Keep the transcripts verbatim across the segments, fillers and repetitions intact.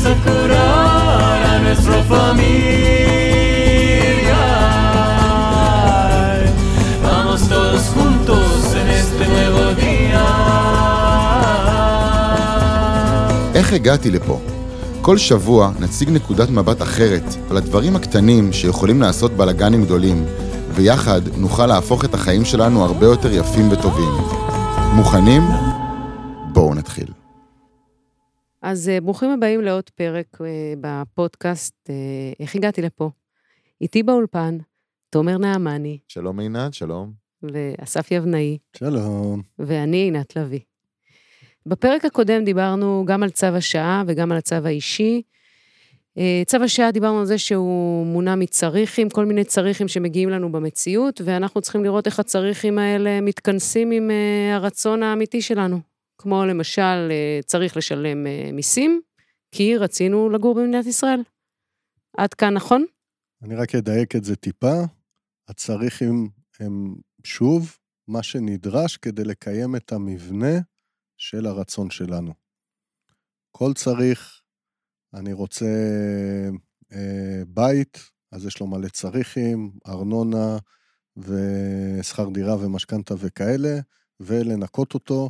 a curar a nuestra familia. Vamos todos juntos en este nuevo día. איך הגעתי לפה? כל שבוע נציג נקודת מבט אחרת על הדברים הקטנים שיכולים לעשות בלגנים גדולים, ויחד נוכל להפוך את החיים שלנו הרבה יותר יפים וטובים. מוכנים? בואו נתחיל. אז ברוכים הבאים לעוד פרק בפודקאסט, איך הגעתי לפה? איתי באולפן, תומר נעמני. שלום עינת, שלום. ואסף יבנאי. שלום. ואני עינת לוי. בפרק הקודם דיברנו גם על צו השעה וגם על הצו האישי. צו השעה דיברנו על זה שהוא מונע מצריכים, כל מיני צריכים שמגיעים לנו במציאות, ואנחנו צריכים לראות איך הצריכים האלה מתכנסים עם הרצון האמיתי שלנו. כמו למשל, צריך לשלם מיסים, כי רצינו לגור במדינת ישראל. עד כאן נכון? אני רק אדייק את זה טיפה. הצריכים הם שוב מה שנדרש כדי לקיים את המבנה של הרצון שלנו. כל צריך, אני רוצה אה, בית, אז יש לו מלא צריכים, ארנונה ושכר דירה ומשכנתה וכאלה, ולנקות אותו,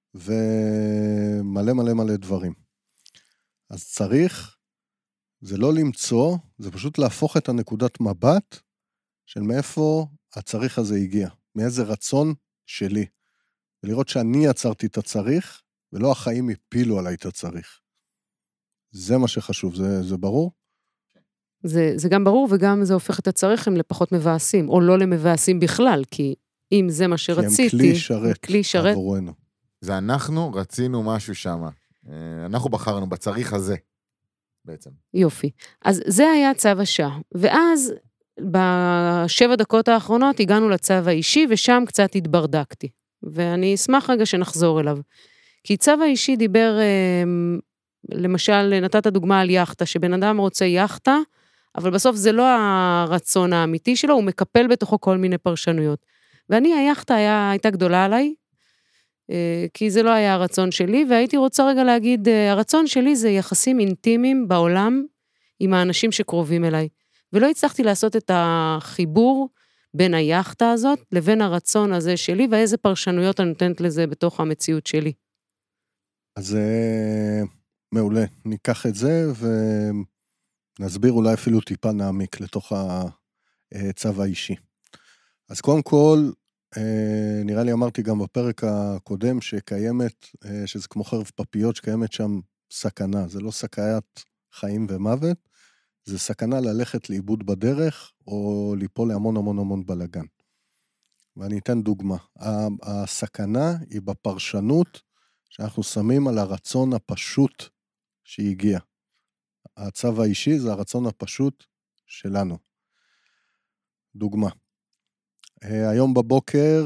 ומלא מלא מלא דברים. אז צריך, זה לא למצוא, זה פשוט להפוך את הנקודת מבט, של מאיפה הצריך הזה הגיע, מאיזה רצון שלי. ולראות שאני יצרתי את הצריך, ולא החיים הפילו עליי את הצריך. זה מה שחשוב, זה, זה ברור? זה, זה גם ברור, וגם זה הופך את הצריכים לפחות מבאסים, או לא למבאסים בכלל, כי אם זה מה שרציתי... כי הם כלי שרת, כלי שרת עבורנו. זה אנחנו רצינו משהו שם. אנחנו בחרנו בצריך הזה, בעצם. יופי. אז זה היה צו השעה. ואז, בשבע דקות האחרונות, הגענו לצו האישי, ושם קצת התברדקתי. ואני אשמח רגע שנחזור אליו. כי צו האישי דיבר, למשל, נתת דוגמה על יחטה, שבן אדם רוצה יחטה, אבל בסוף זה לא הרצון האמיתי שלו, הוא מקפל בתוכו כל מיני פרשנויות. ואני, היחטה היה, הייתה גדולה עליי, כי זה לא היה הרצון שלי, והייתי רוצה רגע להגיד, הרצון שלי זה יחסים אינטימיים בעולם, עם האנשים שקרובים אליי. ולא הצלחתי לעשות את החיבור, בין היחטה הזאת, לבין הרצון הזה שלי, ואיזה פרשנויות אני נותנת לזה בתוך המציאות שלי. אז מעולה, ניקח את זה, ונסביר אולי אפילו טיפה נעמיק לתוך הצו האישי. אז קודם כל, נראה לי אמרתי גם בפרק הקודם, שקיימת, שזה כמו חרב פפיות, שקיימת שם סכנה, זה לא סכנת חיים ומוות, זה סכנה ללכת לאיבוד בדרך, או ליפול להמון המון המון בלגן. ואני אתן דוגמה. הסכנה היא בפרשנות שאנחנו שמים על הרצון הפשוט שהגיע. הצו האישי זה הרצון הפשוט שלנו. דוגמה. היום בבוקר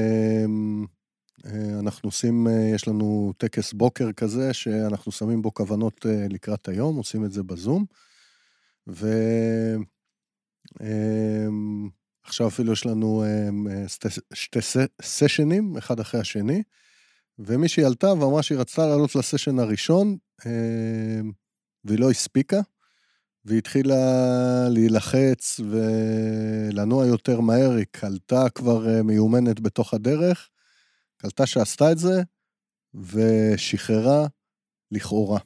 אנחנו עושים, יש לנו טקס בוקר כזה, שאנחנו שמים בו כוונות לקראת היום, עושים את זה בזום, ועכשיו אפילו יש לנו שתי סשנים, אחד אחרי השני, ומישהי עלתה ואמרה שהיא רצתה לעלות לסשן הראשון, והיא לא הספיקה, והיא התחילה להילחץ ולנוע יותר מהר, היא קלטה כבר מיומנת בתוך הדרך, קלטה שעשתה את זה, ושחררה לכאורה.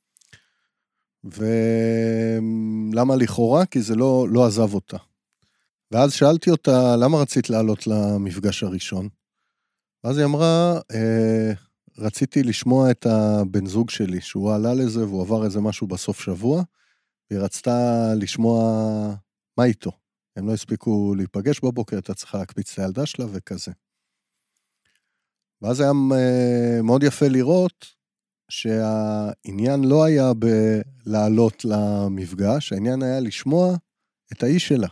ולמה לכאורה? כי זה לא, לא עזב אותה. ואז שאלתי אותה, למה רצית לעלות למפגש הראשון? ואז היא אמרה, אה, רציתי לשמוע את הבן זוג שלי, שהוא עלה לזה והוא עבר איזה משהו בסוף שבוע, והיא רצתה לשמוע מה איתו. הם לא הספיקו להיפגש בבוקר, הייתה צריכה להקפיץ את הילדה שלה וכזה. ואז היה מאוד יפה לראות, שהעניין לא היה בלעלות למפגש, העניין היה לשמוע את האיש שלה.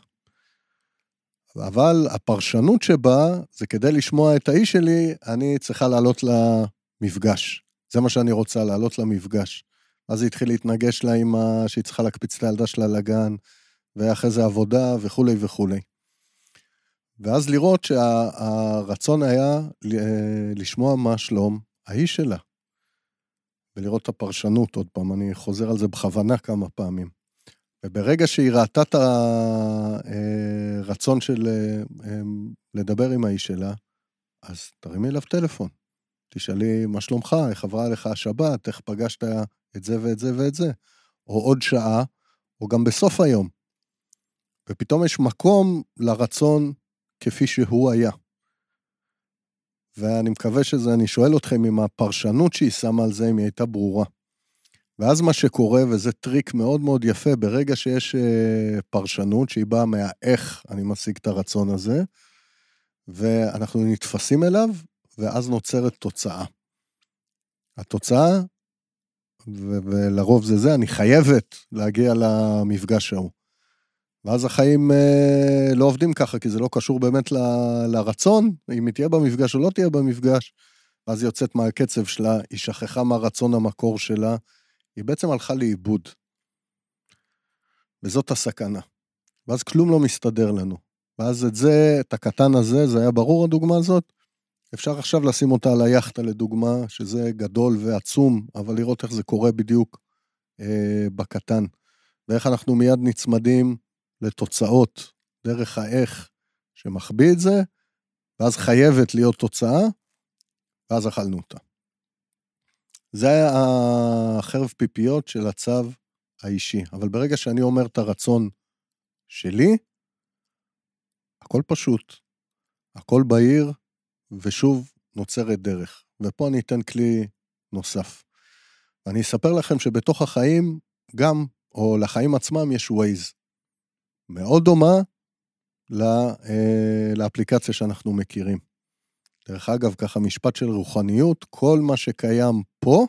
אבל הפרשנות שבה, זה כדי לשמוע את האיש שלי, אני צריכה לעלות למפגש. זה מה שאני רוצה, לעלות למפגש. אז היא התחילה להתנגש לה עם ה... שהיא צריכה להקפיץ את הילדה שלה לגן, ואחרי זה עבודה וכו' וכו'. ואז לראות שהרצון היה לשמוע מה שלום האיש שלה. ולראות את הפרשנות עוד פעם, אני חוזר על זה בכוונה כמה פעמים. וברגע שהיא ראתה את הרצון של לדבר עם האיש שלה, אז תרימי אליו טלפון. תשאלי מה שלומך, איך עברה לך השבת, איך פגשת את זה ואת זה ואת זה, או עוד שעה, או גם בסוף היום. ופתאום יש מקום לרצון כפי שהוא היה. ואני מקווה שזה, אני שואל אתכם אם הפרשנות שהיא שמה על זה, אם היא הייתה ברורה. ואז מה שקורה, וזה טריק מאוד מאוד יפה, ברגע שיש פרשנות שהיא באה מהאיך אני משיג את הרצון הזה, ואנחנו נתפסים אליו, ואז נוצרת תוצאה. התוצאה, ו- ולרוב זה זה, אני חייבת להגיע למפגש ההוא. ואז החיים אה, לא עובדים ככה, כי זה לא קשור באמת ל- לרצון, אם היא תהיה במפגש או לא תהיה במפגש, ואז היא יוצאת מהקצב שלה, היא שכחה מהרצון המקור שלה, היא בעצם הלכה לאיבוד. וזאת הסכנה. ואז כלום לא מסתדר לנו. ואז את זה, את הקטן הזה, זה היה ברור הדוגמה הזאת, אפשר עכשיו לשים אותה על היחטה לדוגמה, שזה גדול ועצום, אבל לראות איך זה קורה בדיוק אה, בקטן. ואיך אנחנו מיד נצמדים לתוצאות, דרך האיך שמחביא את זה, ואז חייבת להיות תוצאה, ואז אכלנו אותה. זה החרב פיפיות של הצו האישי. אבל ברגע שאני אומר את הרצון שלי, הכל פשוט, הכל בהיר, ושוב נוצרת דרך. ופה אני אתן כלי נוסף. אני אספר לכם שבתוך החיים, גם, או לחיים עצמם, יש ווייז. מאוד דומה לא, אה, לאפליקציה שאנחנו מכירים. דרך אגב, ככה משפט של רוחניות, כל מה שקיים פה,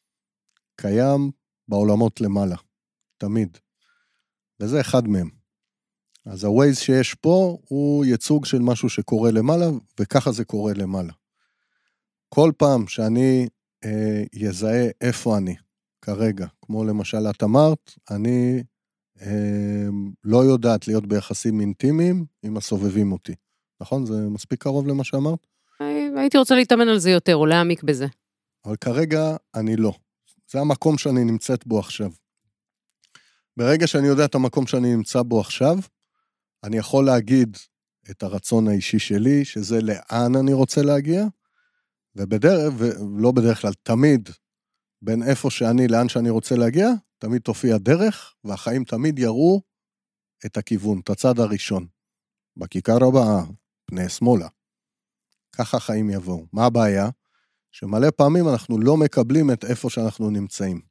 קיים בעולמות למעלה. תמיד. וזה אחד מהם. אז הווייז שיש פה, הוא ייצוג של משהו שקורה למעלה, וככה זה קורה למעלה. כל פעם שאני אה, יזהה איפה אני, כרגע, כמו למשל את אמרת, אני אה, לא יודעת להיות ביחסים אינטימיים עם הסובבים אותי. נכון? זה מספיק קרוב למה שאמרת? הייתי רוצה להתאמן על זה יותר, או להעמיק בזה. אבל כרגע אני לא. זה המקום שאני נמצאת בו עכשיו. ברגע שאני יודע את המקום שאני נמצא בו עכשיו, אני יכול להגיד את הרצון האישי שלי, שזה לאן אני רוצה להגיע, ובדרך, ולא בדרך כלל, תמיד, בין איפה שאני לאן שאני רוצה להגיע, תמיד תופיע דרך, והחיים תמיד יראו את הכיוון, את הצד הראשון. בכיכר הבאה, פני שמאלה. ככה החיים יבואו. מה הבעיה? שמלא פעמים אנחנו לא מקבלים את איפה שאנחנו נמצאים.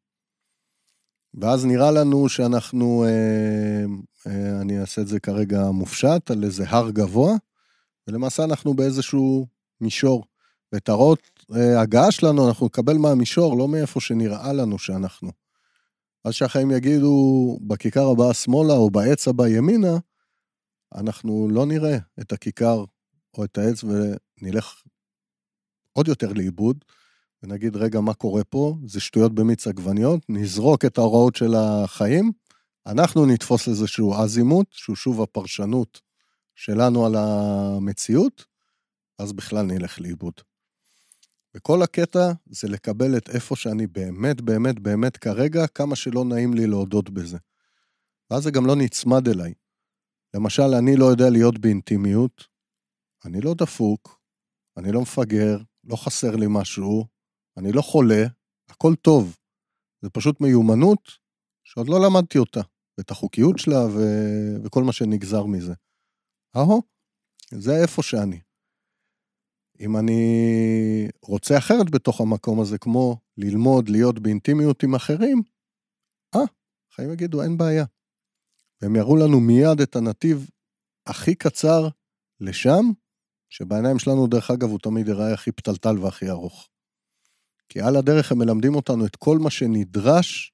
ואז נראה לנו שאנחנו, אה, אה, אני אעשה את זה כרגע מופשט, על איזה הר גבוה, ולמעשה אנחנו באיזשהו מישור. ואת הרות אה, הגעה שלנו אנחנו נקבל מהמישור, לא מאיפה שנראה לנו שאנחנו. אז שהחיים יגידו, בכיכר הבאה שמאלה, או בעץ הבא ימינה, אנחנו לא נראה את הכיכר או את העץ, ונלך עוד יותר לאיבוד, ונגיד, רגע, מה קורה פה? זה שטויות במיץ עגבניות, נזרוק את ההוראות של החיים, אנחנו נתפוס איזשהו אזימות, שהוא שוב הפרשנות שלנו על המציאות, אז בכלל נלך לאיבוד. וכל הקטע זה לקבל את איפה שאני באמת, באמת, באמת כרגע, כמה שלא נעים לי להודות בזה. ואז זה גם לא נצמד אליי. למשל, אני לא יודע להיות באינטימיות, אני לא דפוק, אני לא מפגר, לא חסר לי משהו, אני לא חולה, הכל טוב. זה פשוט מיומנות שעוד לא למדתי אותה, ואת החוקיות שלה ו- וכל מה שנגזר מזה. אהו, זה איפה שאני. אם אני רוצה אחרת בתוך המקום הזה, כמו ללמוד, להיות באינטימיות עם אחרים, אה, חיים יגידו, אין בעיה. והם יראו לנו מיד את הנתיב הכי קצר לשם, שבעיניים שלנו, דרך אגב, הוא תמיד יראה הכי פתלתל והכי ארוך. כי על הדרך הם מלמדים אותנו את כל מה שנדרש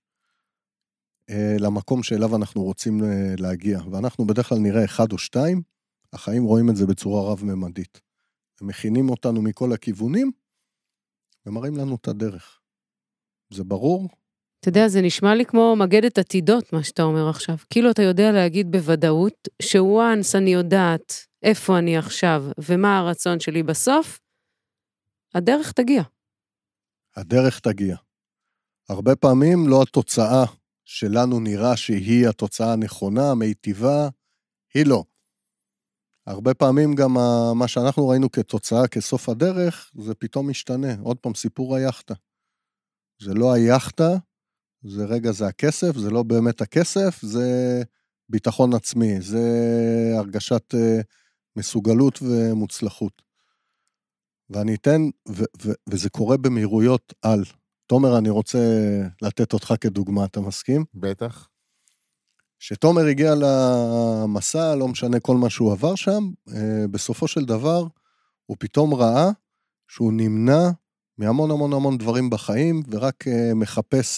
אה, למקום שאליו אנחנו רוצים אה, להגיע. ואנחנו בדרך כלל נראה אחד או שתיים, החיים רואים את זה בצורה רב-ממדית. הם מכינים אותנו מכל הכיוונים, ומראים לנו את הדרך. זה ברור? אתה יודע, זה נשמע לי כמו מגדת עתידות, מה שאתה אומר עכשיו. כאילו אתה יודע להגיד בוודאות, שוואנס אני יודעת איפה אני עכשיו, ומה הרצון שלי בסוף, הדרך תגיע. הדרך תגיע. הרבה פעמים לא התוצאה שלנו נראה שהיא התוצאה הנכונה, המיטיבה, היא לא. הרבה פעמים גם מה שאנחנו ראינו כתוצאה, כסוף הדרך, זה פתאום משתנה. עוד פעם, סיפור היחטה. זה לא היחטה, זה רגע, זה הכסף, זה לא באמת הכסף, זה ביטחון עצמי, זה הרגשת מסוגלות ומוצלחות. ואני אתן, ו- ו- וזה קורה במהירויות על. תומר, אני רוצה לתת אותך כדוגמה, אתה מסכים? בטח. שתומר הגיע למסע, לא משנה כל מה שהוא עבר שם, בסופו של דבר, הוא פתאום ראה שהוא נמנע מהמון המון המון דברים בחיים, ורק מחפש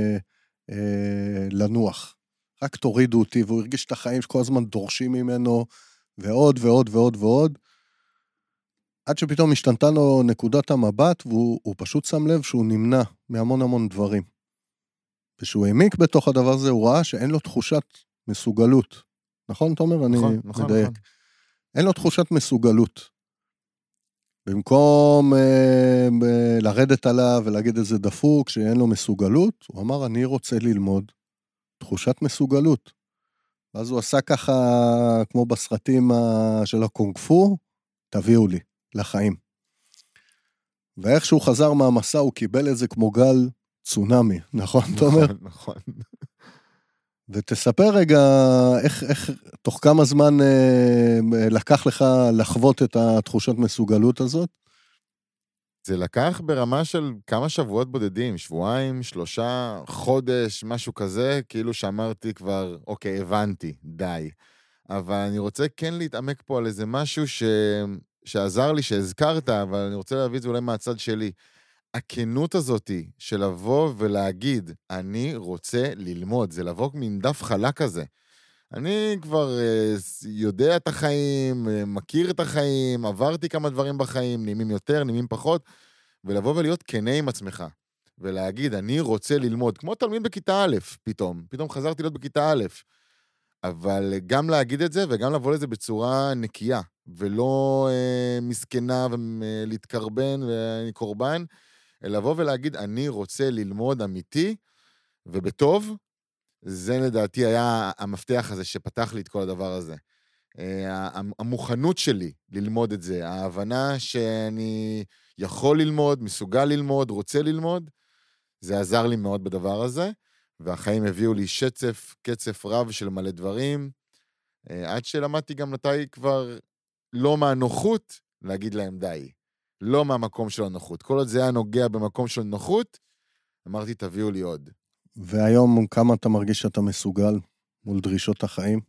לנוח. רק תורידו אותי, והוא הרגיש את החיים שכל הזמן דורשים ממנו, ועוד ועוד ועוד ועוד, עד שפתאום השתנתה לו נקודת המבט, והוא פשוט שם לב שהוא נמנע מהמון המון דברים. ושהוא העמיק בתוך הדבר הזה, הוא ראה שאין לו תחושת מסוגלות. נכון, תומר? נכון, אני נכון, מדייק. נכון. אין לו תחושת מסוגלות. במקום אה, ב- לרדת עליו ולהגיד איזה דפוק, שאין לו מסוגלות, הוא אמר, אני רוצה ללמוד תחושת מסוגלות. ואז הוא עשה ככה, כמו בסרטים ה- של הקונג-פו, תביאו לי, לחיים. ואיך שהוא חזר מהמסע, הוא קיבל את זה כמו גל צונמי, נכון, תומר? נכון, נכון. ותספר רגע, איך, איך, תוך כמה זמן אה, לקח לך לחוות את התחושת מסוגלות הזאת? זה לקח ברמה של כמה שבועות בודדים, שבועיים, שלושה, חודש, משהו כזה, כאילו שאמרתי כבר, אוקיי, הבנתי, די. אבל אני רוצה כן להתעמק פה על איזה משהו ש... שעזר לי, שהזכרת, אבל אני רוצה להביא את זה אולי מהצד שלי. הכנות הזאת של לבוא ולהגיד, אני רוצה ללמוד, זה לבוא מן דף חלק כזה. אני כבר uh, יודע את החיים, uh, מכיר את החיים, עברתי כמה דברים בחיים, נעימים יותר, נעימים פחות, ולבוא ולהיות כנה עם עצמך, ולהגיד, אני רוצה ללמוד, כמו תלמיד בכיתה א', פתאום, פתאום חזרתי להיות בכיתה א', אבל גם להגיד את זה, וגם לבוא לזה בצורה נקייה, ולא uh, מסכנה ולהתקרבן ואני קורבן, אלא לבוא ולהגיד, אני רוצה ללמוד אמיתי, ובטוב, זה לדעתי היה המפתח הזה שפתח לי את כל הדבר הזה. המוכנות שלי ללמוד את זה, ההבנה שאני יכול ללמוד, מסוגל ללמוד, רוצה ללמוד, זה עזר לי מאוד בדבר הזה, והחיים הביאו לי שצף, קצף רב של מלא דברים, עד שלמדתי גם מתי כבר לא מהנוחות להגיד להם די. לא מהמקום של הנוחות. כל עוד זה היה נוגע במקום של נוחות, אמרתי, תביאו לי עוד. והיום כמה אתה מרגיש שאתה מסוגל מול דרישות החיים?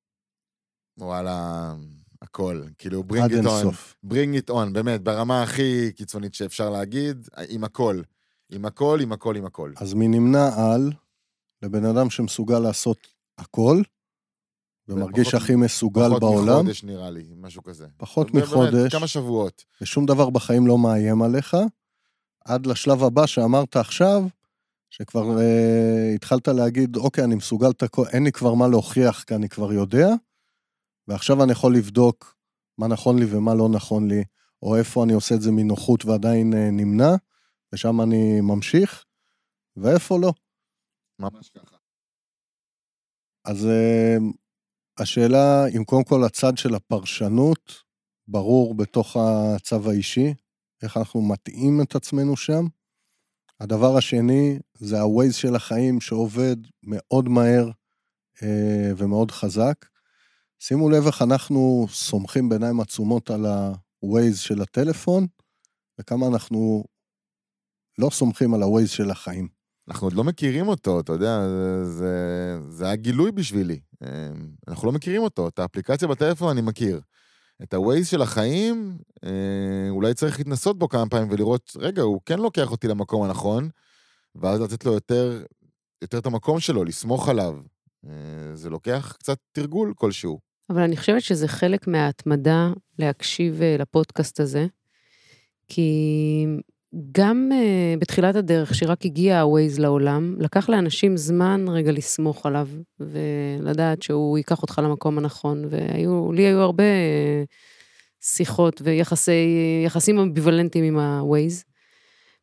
וואלה, הכל. כאילו, bring it on. bring it on, באמת, ברמה הכי קיצונית שאפשר להגיד, עם הכל. עם הכל, עם הכל, עם הכל. אז מי נמנע על, לבן אדם שמסוגל לעשות הכל, ומרגיש הכי מסוגל פחות בעולם. פחות מחודש נראה לי, משהו כזה. פחות מחודש. באמת, כמה שבועות. ושום דבר בחיים לא מאיים עליך, עד לשלב הבא שאמרת עכשיו, שכבר אה, התחלת להגיד, אוקיי, אני מסוגל את הכל, אין לי כבר מה להוכיח, כי אני כבר יודע, ועכשיו אני יכול לבדוק מה נכון לי ומה לא נכון לי, או איפה אני עושה את זה מנוחות ועדיין אה, נמנע, ושם אני ממשיך, ואיפה לא. ממש ככה. אז אה, השאלה, אם קודם כל הצד של הפרשנות, ברור בתוך הצו האישי, איך אנחנו מתאים את עצמנו שם. הדבר השני, זה הווייז של החיים שעובד מאוד מהר אה, ומאוד חזק. שימו לב איך אנחנו סומכים בעיניים עצומות על הווייז של הטלפון, וכמה אנחנו לא סומכים על הווייז של החיים. אנחנו עוד לא מכירים אותו, אתה יודע, זה, זה, זה הגילוי בשבילי. אנחנו לא מכירים אותו, את האפליקציה בטלפון אני מכיר. את הווייז של החיים, אולי צריך להתנסות בו כמה פעמים ולראות, רגע, הוא כן לוקח אותי למקום הנכון, ואז לתת לו יותר, יותר את המקום שלו, לסמוך עליו. זה לוקח קצת תרגול כלשהו. אבל אני חושבת שזה חלק מההתמדה להקשיב לפודקאסט הזה, כי גם uh, בתחילת הדרך, שרק הגיע הווייז לעולם, לקח לאנשים זמן רגע לסמוך עליו, ולדעת שהוא ייקח אותך למקום הנכון, ולי היו הרבה uh, שיחות ויחסים אמביוולנטיים עם הווייז,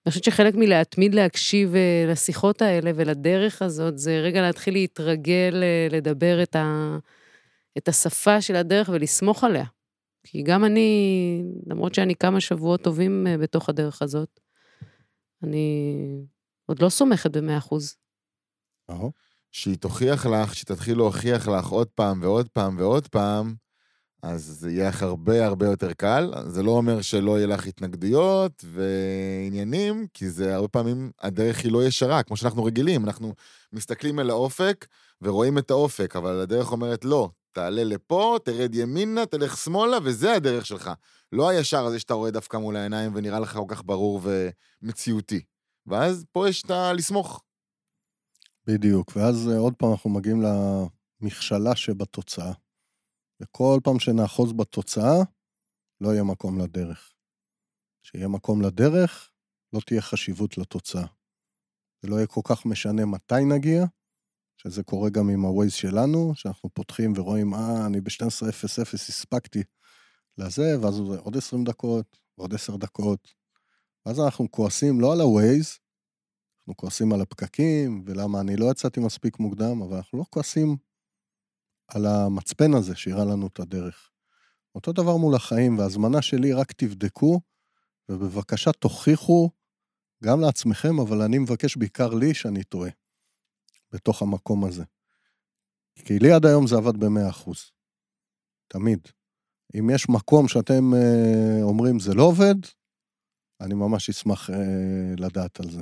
אני חושבת שחלק מלהתמיד להקשיב לשיחות האלה ולדרך הזאת, זה רגע להתחיל להתרגל לדבר את, ה, את השפה של הדרך ולסמוך עליה. כי גם אני, למרות שאני כמה שבועות טובים בתוך הדרך הזאת, אני עוד לא סומכת במאה אחוז. שהיא תוכיח לך, שתתחיל להוכיח לך עוד פעם ועוד פעם ועוד פעם, אז זה יהיה לך הרבה הרבה יותר קל. זה לא אומר שלא יהיה לך התנגדויות ועניינים, כי זה הרבה פעמים הדרך היא לא ישרה, כמו שאנחנו רגילים. אנחנו מסתכלים על האופק ורואים את האופק, אבל הדרך אומרת לא, תעלה לפה, תרד ימינה, תלך שמאלה, וזה הדרך שלך. לא הישר הזה שאתה רואה דווקא מול העיניים ונראה לך כל כך ברור ומציאותי. ואז פה יש את לסמוך. בדיוק, ואז עוד פעם אנחנו מגיעים למכשלה שבתוצאה. וכל פעם שנאחוז בתוצאה, לא יהיה מקום לדרך. שיהיה מקום לדרך, לא תהיה חשיבות לתוצאה. זה לא יהיה כל כך משנה מתי נגיע, שזה קורה גם עם הווייז שלנו, שאנחנו פותחים ורואים, אה, אני ב-שתים עשרה אפס אפס הספקתי לזה, ואז זה עוד עשרים דקות, ועוד עשר דקות. ואז אנחנו כועסים לא על הווייז, אנחנו כועסים על הפקקים, ולמה אני לא יצאתי מספיק מוקדם, אבל אנחנו לא כועסים על המצפן הזה שיראה לנו את הדרך. אותו דבר מול החיים, והזמנה שלי רק תבדקו, ובבקשה תוכיחו גם לעצמכם, אבל אני מבקש בעיקר לי שאני טועה, בתוך המקום הזה. כי לי עד היום זה עבד ב-מאה אחוז. תמיד. אם יש מקום שאתם אה, אומרים זה לא עובד, אני ממש אשמח אה, לדעת על זה.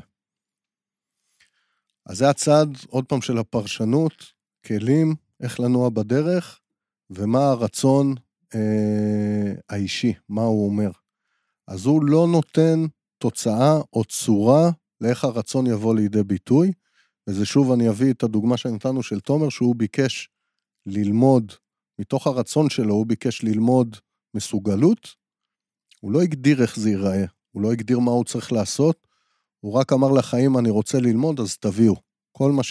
אז זה הצד, עוד פעם, של הפרשנות, כלים, איך לנוע בדרך, ומה הרצון אה, האישי, מה הוא אומר. אז הוא לא נותן תוצאה או צורה לאיך הרצון יבוא לידי ביטוי, וזה שוב אני אביא את הדוגמה שנתנו של תומר, שהוא ביקש ללמוד, מתוך הרצון שלו הוא ביקש ללמוד מסוגלות, הוא לא הגדיר איך זה ייראה, הוא לא הגדיר מה הוא צריך לעשות, הוא רק אמר לחיים אני רוצה ללמוד, אז תביאו. כל מה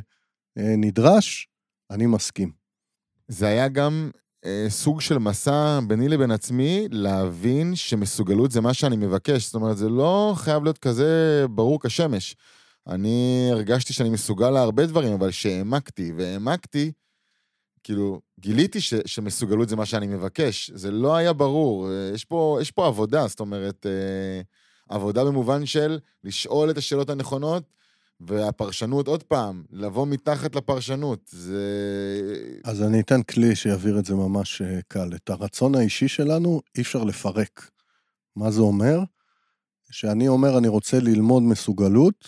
שנדרש, אני מסכים. זה היה גם אה, סוג של מסע ביני לבין עצמי, להבין שמסוגלות זה מה שאני מבקש. זאת אומרת, זה לא חייב להיות כזה ברור כשמש. אני הרגשתי שאני מסוגל להרבה דברים, אבל שהעמקתי והעמקתי, כאילו, גיליתי ש, שמסוגלות זה מה שאני מבקש. זה לא היה ברור. יש פה, יש פה עבודה, זאת אומרת, אה, עבודה במובן של לשאול את השאלות הנכונות, והפרשנות עוד פעם, לבוא מתחת לפרשנות. זה... אז אני אתן כלי שיעביר את זה ממש קל. את הרצון האישי שלנו אי אפשר לפרק. מה זה אומר? שאני אומר אני רוצה ללמוד מסוגלות.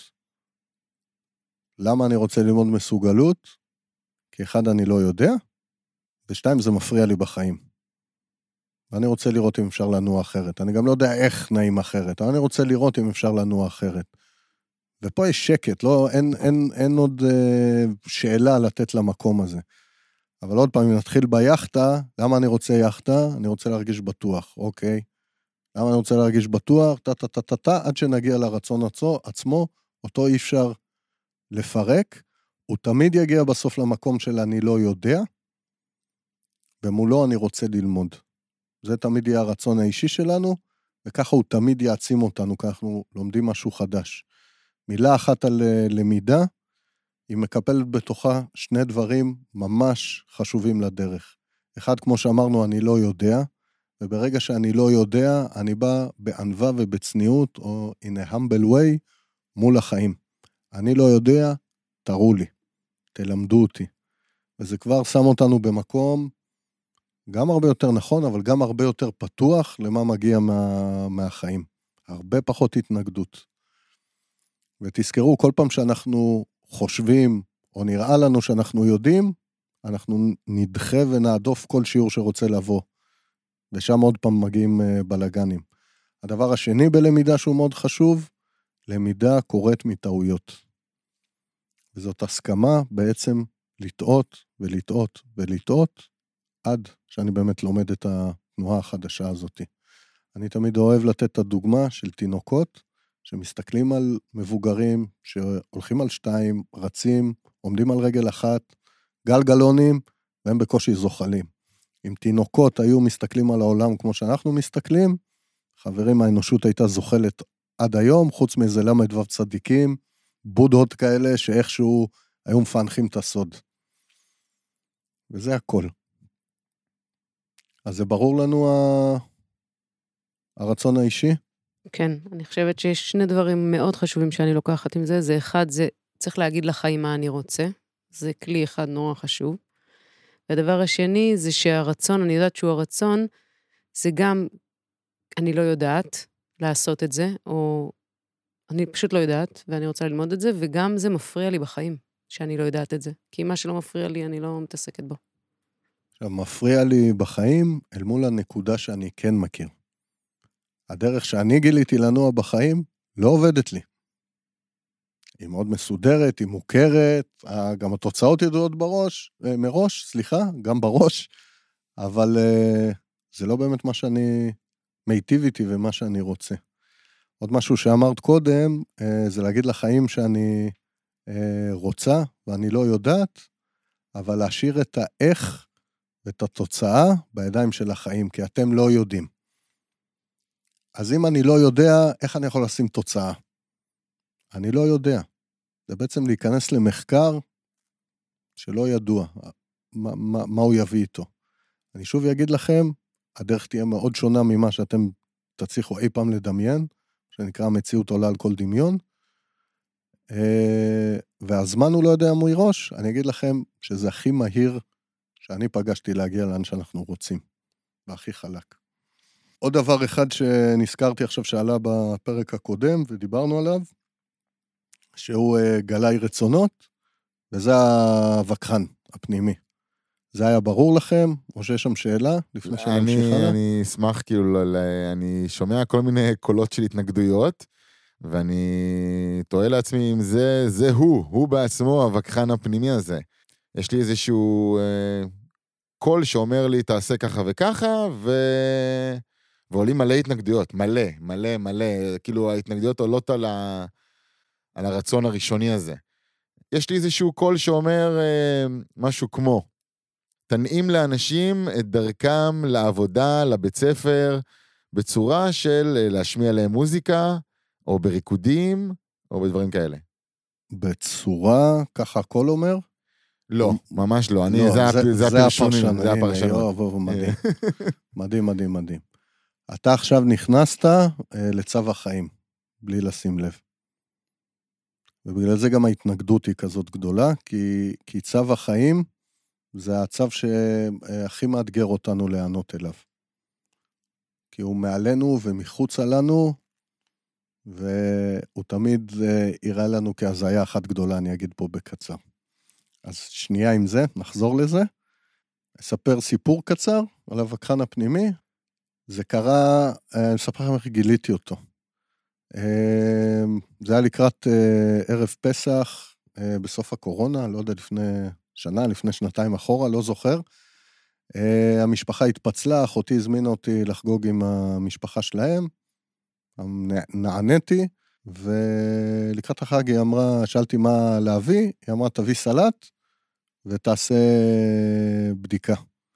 למה אני רוצה ללמוד מסוגלות? כי אחד אני לא יודע, ושתיים זה מפריע לי בחיים. ואני רוצה לראות אם אפשר לנוע אחרת. אני גם לא יודע איך נעים אחרת, אבל אני רוצה לראות אם אפשר לנוע אחרת. ופה יש שקט, לא, אין, אין, אין עוד אה, שאלה לתת למקום הזה. אבל עוד פעם, אם נתחיל ביחטה, למה אני רוצה יחטה? אני רוצה להרגיש בטוח, אוקיי. למה אני רוצה להרגיש בטוח? טה, טה, טה, טה, טה, עד שנגיע לרצון עצמו, עצמו, אותו אי אפשר לפרק, הוא תמיד יגיע בסוף למקום של אני לא יודע, ומולו אני רוצה ללמוד. זה תמיד יהיה הרצון האישי שלנו, וככה הוא תמיד יעצים אותנו, כי אנחנו לומדים משהו חדש. מילה אחת על למידה, היא מקפלת בתוכה שני דברים ממש חשובים לדרך. אחד, כמו שאמרנו, אני לא יודע, וברגע שאני לא יודע, אני בא בענווה ובצניעות, או in a humble way, מול החיים. אני לא יודע, תראו לי, תלמדו אותי. וזה כבר שם אותנו במקום, גם הרבה יותר נכון, אבל גם הרבה יותר פתוח למה מגיע מה, מהחיים. הרבה פחות התנגדות. ותזכרו, כל פעם שאנחנו חושבים, או נראה לנו שאנחנו יודעים, אנחנו נדחה ונעדוף כל שיעור שרוצה לבוא. ושם עוד פעם מגיעים בלגנים. הדבר השני בלמידה שהוא מאוד חשוב, למידה קורית מטעויות. וזאת הסכמה בעצם לטעות ולטעות ולטעות, עד שאני באמת לומד את התנועה החדשה הזאת. אני תמיד אוהב לתת את הדוגמה של תינוקות, שמסתכלים על מבוגרים, שהולכים על שתיים, רצים, עומדים על רגל אחת, גלגלונים, והם בקושי זוחלים. אם תינוקות היו מסתכלים על העולם כמו שאנחנו מסתכלים, חברים, האנושות הייתה זוחלת עד היום, חוץ מאיזה למד וב צדיקים, בודהות כאלה שאיכשהו היו מפענחים את הסוד. וזה הכל. אז זה ברור לנו ה... הרצון האישי? כן, אני חושבת שיש שני דברים מאוד חשובים שאני לוקחת עם זה. זה אחד, זה צריך להגיד לחיים מה אני רוצה. זה כלי אחד נורא חשוב. והדבר השני זה שהרצון, אני יודעת שהוא הרצון, זה גם, אני לא יודעת לעשות את זה, או אני פשוט לא יודעת, ואני רוצה ללמוד את זה, וגם זה מפריע לי בחיים, שאני לא יודעת את זה. כי מה שלא מפריע לי, אני לא מתעסקת בו. עכשיו, מפריע לי בחיים, אל מול הנקודה שאני כן מכיר. הדרך שאני גיליתי לנוע בחיים, לא עובדת לי. היא מאוד מסודרת, היא מוכרת, גם התוצאות ידועות בראש, מראש, סליחה, גם בראש, אבל זה לא באמת מה שאני מיטיב איתי ומה שאני רוצה. עוד משהו שאמרת קודם, זה להגיד לחיים שאני רוצה ואני לא יודעת, אבל להשאיר את האיך ואת התוצאה בידיים של החיים, כי אתם לא יודעים. אז אם אני לא יודע, איך אני יכול לשים תוצאה? אני לא יודע. זה בעצם להיכנס למחקר שלא ידוע, מה, מה, מה הוא יביא איתו. אני שוב אגיד לכם, הדרך תהיה מאוד שונה ממה שאתם תצליחו אי פעם לדמיין, שנקרא המציאות עולה על כל דמיון, והזמן הוא לא יודע מראש, אני אגיד לכם שזה הכי מהיר שאני פגשתי להגיע לאן שאנחנו רוצים, והכי חלק. עוד דבר אחד שנזכרתי עכשיו שעלה בפרק הקודם, ודיברנו עליו, שהוא גלאי רצונות, וזה הווכחן הפנימי. זה היה ברור לכם, או שיש שם שאלה, לפני שנמשיך הלאה? אני אשמח, כאילו, אני שומע כל מיני קולות של התנגדויות, ואני תוהה לעצמי אם זה, זה הוא, הוא בעצמו הווכחן הפנימי הזה. יש לי איזשהו אה, קול שאומר לי, תעשה ככה וככה, ו... ועולים מלא התנגדויות, מלא, מלא, מלא, כאילו ההתנגדויות עולות על, ה... על הרצון הראשוני הזה. יש לי איזשהו קול שאומר אה, משהו כמו, תנעים לאנשים את דרכם לעבודה, לבית ספר, בצורה של להשמיע להם מוזיקה, או בריקודים, או בדברים כאלה. בצורה, ככה הכל אומר? לא, ממש לא. אני, לא, זה, זה, זה, זה הפרשנות. זה הפרשנות. מדהים. מדהים, מדהים, מדהים. אתה עכשיו נכנסת לצו החיים, בלי לשים לב. ובגלל זה גם ההתנגדות היא כזאת גדולה, כי, כי צו החיים זה הצו שהכי מאתגר אותנו לענות אליו. כי הוא מעלינו ומחוץ עלינו, והוא תמיד יראה לנו כהזיה אחת גדולה, אני אגיד פה בקצר. אז שנייה עם זה, נחזור לזה. אספר סיפור קצר על הווכחן הפנימי. זה קרה, אני אספר לכם איך גיליתי אותו. זה היה לקראת ערב פסח, בסוף הקורונה, לא יודע, לפני שנה, לפני שנתיים אחורה, לא זוכר. המשפחה התפצלה, אחותי הזמינה אותי לחגוג עם המשפחה שלהם, נעניתי, ולקראת החג היא אמרה, שאלתי מה להביא, היא אמרה, תביא סלט, ותעשה בדיקה.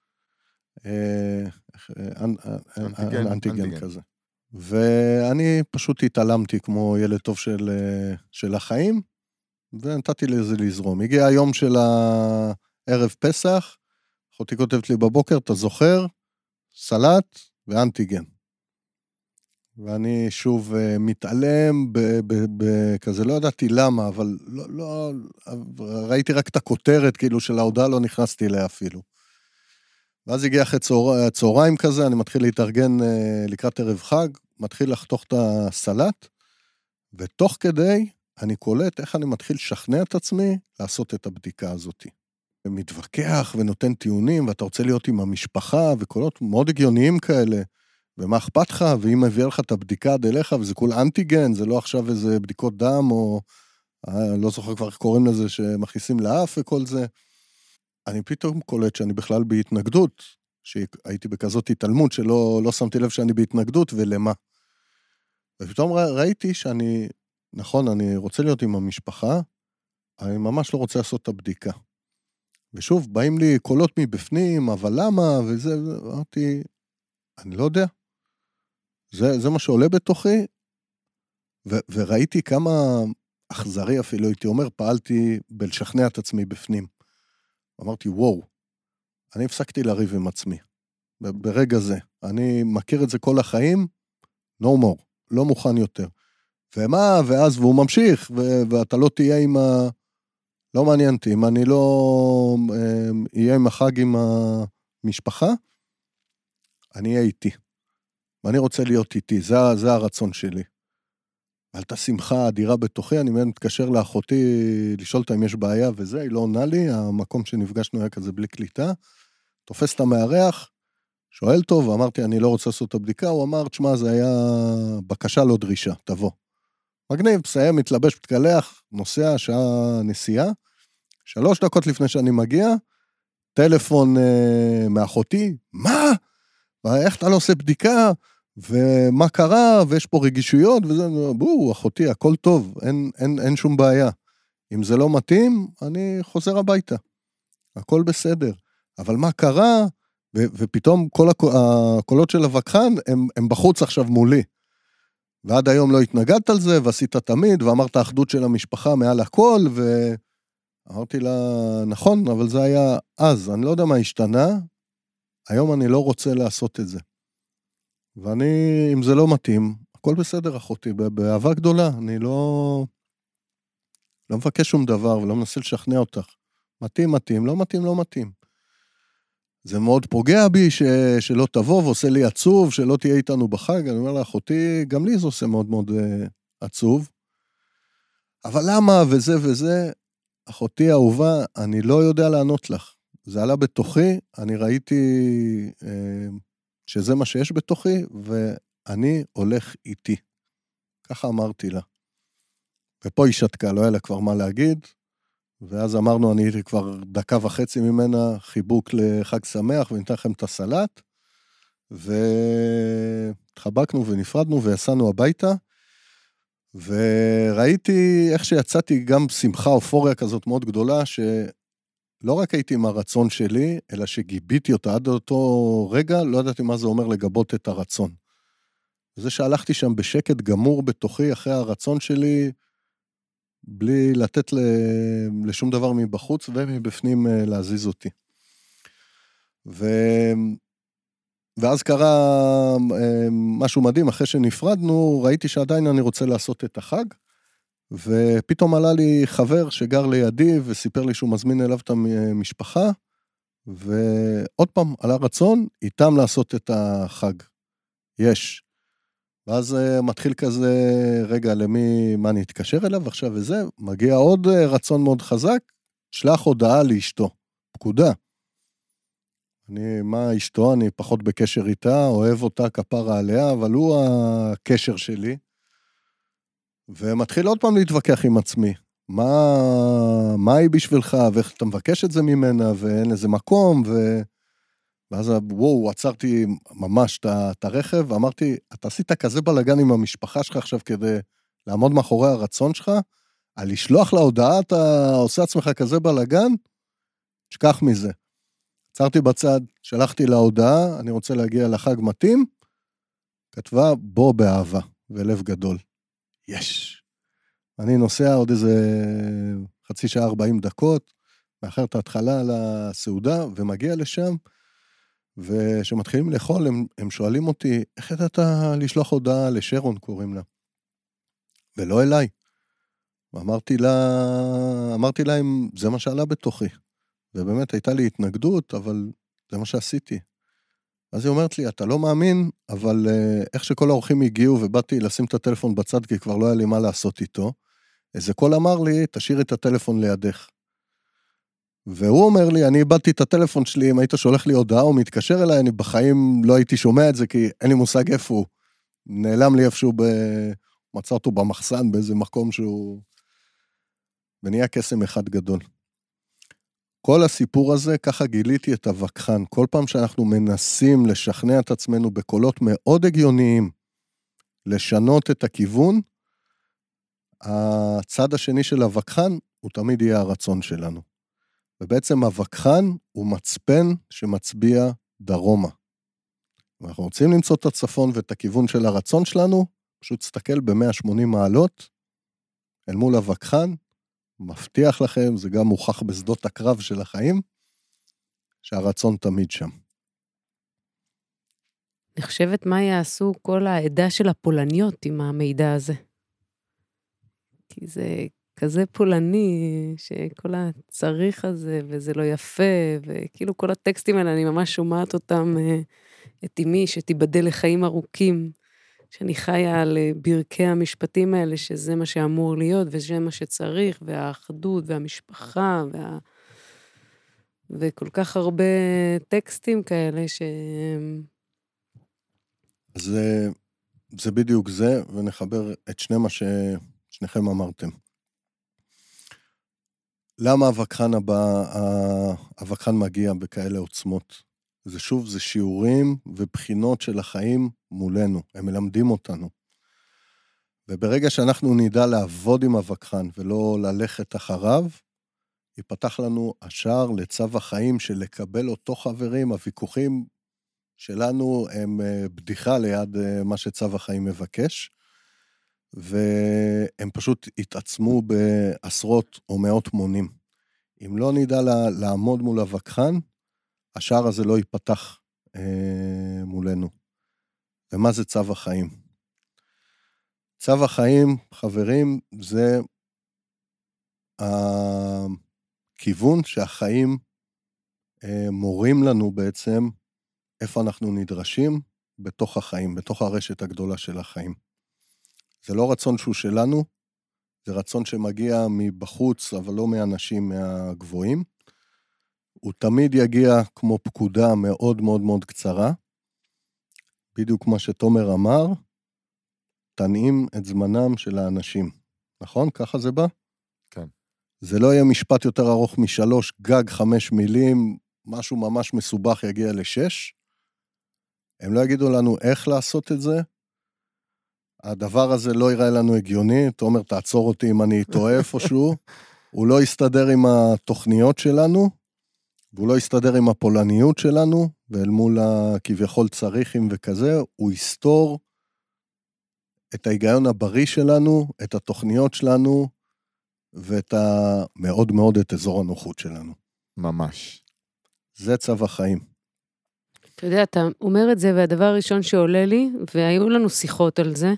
אנטיגן כזה. ואני פשוט התעלמתי כמו ילד טוב של, של החיים, ונתתי לזה לזרום. הגיע היום של הערב פסח, אחותי כותבת לי בבוקר, אתה זוכר? סלט ואנטיגן. ואני שוב מתעלם בכזה, לא ידעתי למה, אבל לא, לא, ראיתי רק את הכותרת כאילו של ההודעה, לא נכנסתי אליה אפילו. ואז הגיע אחרי צהר, צהריים כזה, אני מתחיל להתארגן לקראת ערב חג, מתחיל לחתוך את הסלט, ותוך כדי אני קולט איך אני מתחיל לשכנע את עצמי לעשות את הבדיקה הזאת. ומתווכח ונותן טיעונים, ואתה רוצה להיות עם המשפחה, וקולות מאוד הגיוניים כאלה, ומה אכפת לך, ואם מביא לך את הבדיקה עד אליך, וזה כול אנטיגן, זה לא עכשיו איזה בדיקות דם, או לא זוכר כבר איך קוראים לזה, שמכניסים לאף וכל זה. אני פתאום קולט שאני בכלל בהתנגדות, שהייתי בכזאת התעלמות, שלא לא שמתי לב שאני בהתנגדות, ולמה. ופתאום ראיתי שאני, נכון, אני רוצה להיות עם המשפחה, אני ממש לא רוצה לעשות את הבדיקה. ושוב, באים לי קולות מבפנים, אבל למה, וזה, אמרתי, אני לא יודע. זה, זה מה שעולה בתוכי, ו- וראיתי כמה אכזרי אפילו, הייתי אומר, פעלתי בלשכנע את עצמי בפנים. אמרתי, וואו, אני הפסקתי לריב עם עצמי. ברגע זה. אני מכיר את זה כל החיים, no more, לא מוכן יותר. ומה, ואז, והוא ממשיך, ו- ואתה לא תהיה עם ה... לא מעניין אותי, אם אני לא אהיה עם החג עם המשפחה, אני אהיה איתי. ואני רוצה להיות איתי, זה, זה הרצון שלי. על את השמחה האדירה בתוכי, אני מתקשר לאחותי לשאול אותה אם יש בעיה וזה, היא לא עונה לי, המקום שנפגשנו היה כזה בלי קליטה, תופס את המארח, שואל טוב, אמרתי, אני לא רוצה לעשות את הבדיקה, הוא אמר, תשמע, זה היה בקשה לא דרישה, תבוא. מגניב, מסיים, מתלבש, מתקלח, נוסע, שעה נסיעה, שלוש דקות לפני שאני מגיע, טלפון אה, מאחותי, מה? איך אתה לא עושה בדיקה? ומה קרה? ויש פה רגישויות, וזה, בואו, אחותי, הכל טוב, אין, אין, אין שום בעיה. אם זה לא מתאים, אני חוזר הביתה. הכל בסדר. אבל מה קרה? ו- ופתאום כל הקולות של הווכחן, הם, הם בחוץ עכשיו מולי. ועד היום לא התנגדת על זה, ועשית תמיד, ואמרת האחדות של המשפחה מעל הכל, ואמרתי לה, נכון, אבל זה היה אז, אני לא יודע מה השתנה, היום אני לא רוצה לעשות את זה. ואני, אם זה לא מתאים, הכל בסדר, אחותי, באהבה גדולה, אני לא, לא מבקש שום דבר, ולא מנסה לשכנע אותך. מתאים, מתאים, לא מתאים, לא מתאים. זה מאוד פוגע בי ש, שלא תבוא, ועושה לי עצוב, שלא תהיה איתנו בחג, אני אומר לה, אחותי, גם לי זה עושה מאוד מאוד uh, עצוב. אבל למה, וזה וזה, אחותי האהובה, אני לא יודע לענות לך. זה עלה בתוכי, אני ראיתי uh, שזה מה שיש בתוכי, ואני הולך איתי. ככה אמרתי לה. ופה היא שתקה, לא היה לה כבר מה להגיד, ואז אמרנו, אני הייתי כבר דקה וחצי ממנה, חיבוק לחג שמח, וניתן לכם את הסלט, והתחבקנו ונפרדנו, ויסענו הביתה, וראיתי איך שיצאתי גם שמחה, אופוריה כזאת מאוד גדולה, שלא רק הייתי עם הרצון שלי, אלא שגיביתי אותה עד אותו רגע, לא ידעתי מה זה אומר לגבות את הרצון. וזה שהלכתי שם בשקט גמור בתוכי, אחרי הרצון שלי, בלי לתת לשום דבר מבחוץ ומבפנים להזיז אותי. ו... ואז קרה משהו מדהים, אחרי שנפרדנו, ראיתי שעדיין אני רוצה לעשות את החג, ופתאום עלה לי חבר שגר לידי, וסיפר לי שהוא מזמין אליו את המשפחה, ועוד פעם עלה רצון, איתם לעשות את החג. יש. ואז uh, מתחיל כזה, רגע, למי, מה אני אתקשר אליו עכשיו וזה, מגיע עוד uh, רצון מאוד חזק, שלח הודעה לאשתו, פקודה. אני, מה אשתו, אני פחות בקשר איתה, אוהב אותה כפרה עליה, אבל הוא הקשר שלי, ומתחיל עוד פעם להתווכח עם עצמי, מה, מה היא בשבילך, ואיך אתה מבקש את זה ממנה, ואין איזה מקום, ו... ואז, וואו, עצרתי ממש את הרכב, ואמרתי, אתה עשית כזה בלגן עם המשפחה שלך עכשיו, כדי לעמוד מאחורי הרצון שלך, על לשלוח להודעה, אתה עושה עצמך כזה בלגן, שכח מזה. עצרתי בצד, שלחתי להודעה, אני רוצה להגיע לחג מתאים, כתבה, בוא באהבה, ולב גדול. יש. אני נוסע עוד איזה חצי שעה ארבעים דקות, מאחר את ההתחלה על הסעודה, ומגיע לשם, ושמתחילים לאכול, הם, הם שואלים אותי, איך ידעת לשלוח הודעה לשרון, קוראים לה? ולא אליי. ואמרתי לה, אמרתי להם, זה מה שעלה בתוכי. ובאמת הייתה לי התנגדות, אבל זה מה שעשיתי. אז היא אומרת לי, אתה לא מאמין, אבל איך שכל האורחים הגיעו, ובאתי לשים את הטלפון בצד, כי כבר לא היה לי מה לעשות איתו, איזה קול אמר לי, תשאיר את הטלפון לידך. והוא אומר לי, אני איבדתי את הטלפון שלי, אם היית שולח לי הודעה או מתקשר אליי, אני בחיים לא הייתי שומע את זה, כי אין לי מושג איפה הוא. נעלם לי איפשהו, ב... מצא אותו במחסן, באיזה מקום שהוא... ונהיה קסם אחד גדול. כל הסיפור הזה, ככה גיליתי את הווכחן. כל פעם שאנחנו מנסים לשכנע את עצמנו בקולות מאוד הגיוניים, לשנות את הכיוון, הצד השני של הווכחן, הוא תמיד יהיה הרצון שלנו. ובעצם הווכחן הוא מצפן שמצביע דרומה. אנחנו רוצים למצוא את הצפון ואת הכיוון של הרצון שלנו, פשוט תסתכל ב-מאה ושמונים מעלות, אל מול הווכחן, מבטיח לכם, זה גם מוכח בשדות הקרב של החיים, שהרצון תמיד שם. אני חושבת מה יעשו כל העדה של הפולניות עם המידע הזה. כי זה כזה פולני, שכל הצריך הזה, וזה לא יפה, וכאילו כל הטקסטים האלה, אני ממש שומעת אותם, את אמי, שתיבדל לחיים ארוכים, שאני חיה על ברכי המשפטים האלה, שזה מה שאמור להיות, וזה מה שצריך, והאחדות, והמשפחה, וה... וכל כך הרבה טקסטים כאלה ש... זה, זה בדיוק זה, ונחבר את שני מה ששניכם אמרתם. למה הווכחן הבא, הווכחן מגיע בכאלה עוצמות? זה שוב, זה שיעורים ובחינות של החיים מולנו, הם מלמדים אותנו. וברגע שאנחנו נדע לעבוד עם הווכחן ולא ללכת אחריו, ייפתח לנו השער לצו החיים של לקבל אותו חברים, הוויכוחים שלנו הם בדיחה ליד מה שצו החיים מבקש, והם פשוט התעצמו בעשרות או מאות מונים. אם לא נדע לעמוד מול הווכחן, השער הזה לא ייפתח אה, מולנו. ומה זה צו החיים? צו החיים, חברים, זה הכיוון שהחיים אה, מורים לנו בעצם איפה אנחנו נדרשים בתוך החיים, בתוך הרשת הגדולה של החיים. זה לא רצון שהוא שלנו, זה רצון שמגיע מבחוץ, אבל לא מאנשים מהגבוהים. הוא תמיד יגיע כמו פקודה מאוד מאוד מאוד קצרה, בדיוק כמו שתומר אמר, תנעים את זמנם של האנשים. נכון? ככה זה בא? כן. זה לא יהיה משפט יותר ארוך משלוש, גג חמש מילים, משהו ממש מסובך יגיע לשש. הם לא יגידו לנו איך לעשות את זה. הדבר הזה לא יראה לנו הגיוני, תומר תעצור אותי אם אני טועה איפשהו, הוא לא יסתדר עם התוכניות שלנו, והוא לא יסתדר עם הפולניות שלנו, ואל מול הכביכול צריכים וכזה, הוא יסתור את ההיגיון הבריא שלנו, את התוכניות שלנו, ואת ה... מאוד מאוד את אזור הנוחות שלנו. ממש. זה צו החיים. אתה יודע, אתה אומר את זה, והדבר הראשון שעולה לי, והיו לנו שיחות על זה,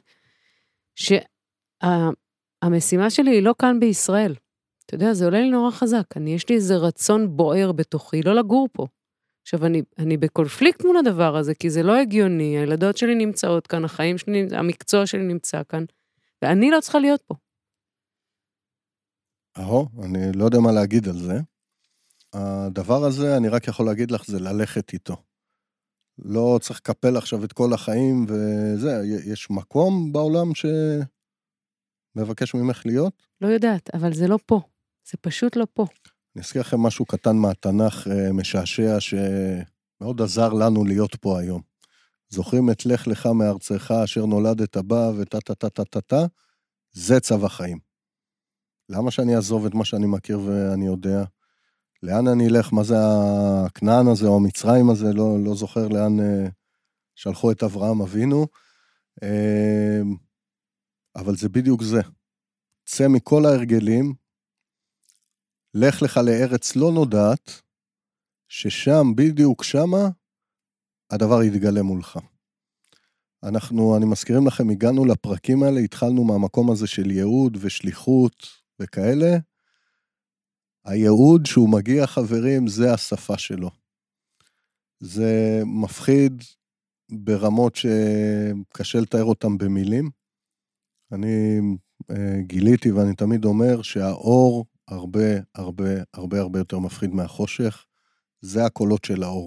שהמשימה שלי היא לא כאן בישראל. אתה יודע, זה עולה לי נורא חזק. אני, יש לי איזה רצון בוער בתוכי, לא לגור פה. עכשיו, אני, אני בקונפליקט מול הדבר הזה, כי זה לא הגיוני, הילדות שלי נמצאות כאן, החיים שלי, המקצוע שלי נמצא כאן, ואני לא צריכה להיות פה. אהו, אני לא יודע מה להגיד על זה. הדבר הזה, אני רק יכול להגיד לך, זה ללכת איתו. לא צריך לקפל עכשיו את כל החיים, וזה, יש מקום בעולם שמבקש ממך להיות? לא יודעת, אבל זה לא פה. זה פשוט לא פה. אני אזכיר לכם משהו קטן מהתנ"ך משעשע, שמאוד עזר לנו להיות פה היום. זוכרים את לך לך מארצך, אשר נולדת בה, וטה-טה-טה-טה-טה, זה צו החיים. למה שאני אעזוב את מה שאני מכיר ואני יודע? לאן אני אלך? מה זה הכנען הזה או המצרים הזה? לא, לא זוכר לאן uh, שלחו את אברהם אבינו. Uh, אבל זה בדיוק זה. צא מכל ההרגלים, לך לך לארץ לא נודעת, ששם, בדיוק שמה, הדבר יתגלה מולך. אנחנו, אני מזכירים לכם, הגענו לפרקים האלה, התחלנו מהמקום הזה של ייעוד ושליחות וכאלה, הייעוד שהוא מגיע, חברים, זה השפה שלו. זה מפחיד ברמות שקשה לתאר אותם במילים. אני גיליתי ואני תמיד אומר שהאור הרבה, הרבה, הרבה, הרבה יותר מפחיד מהחושך. זה הקולות של האור.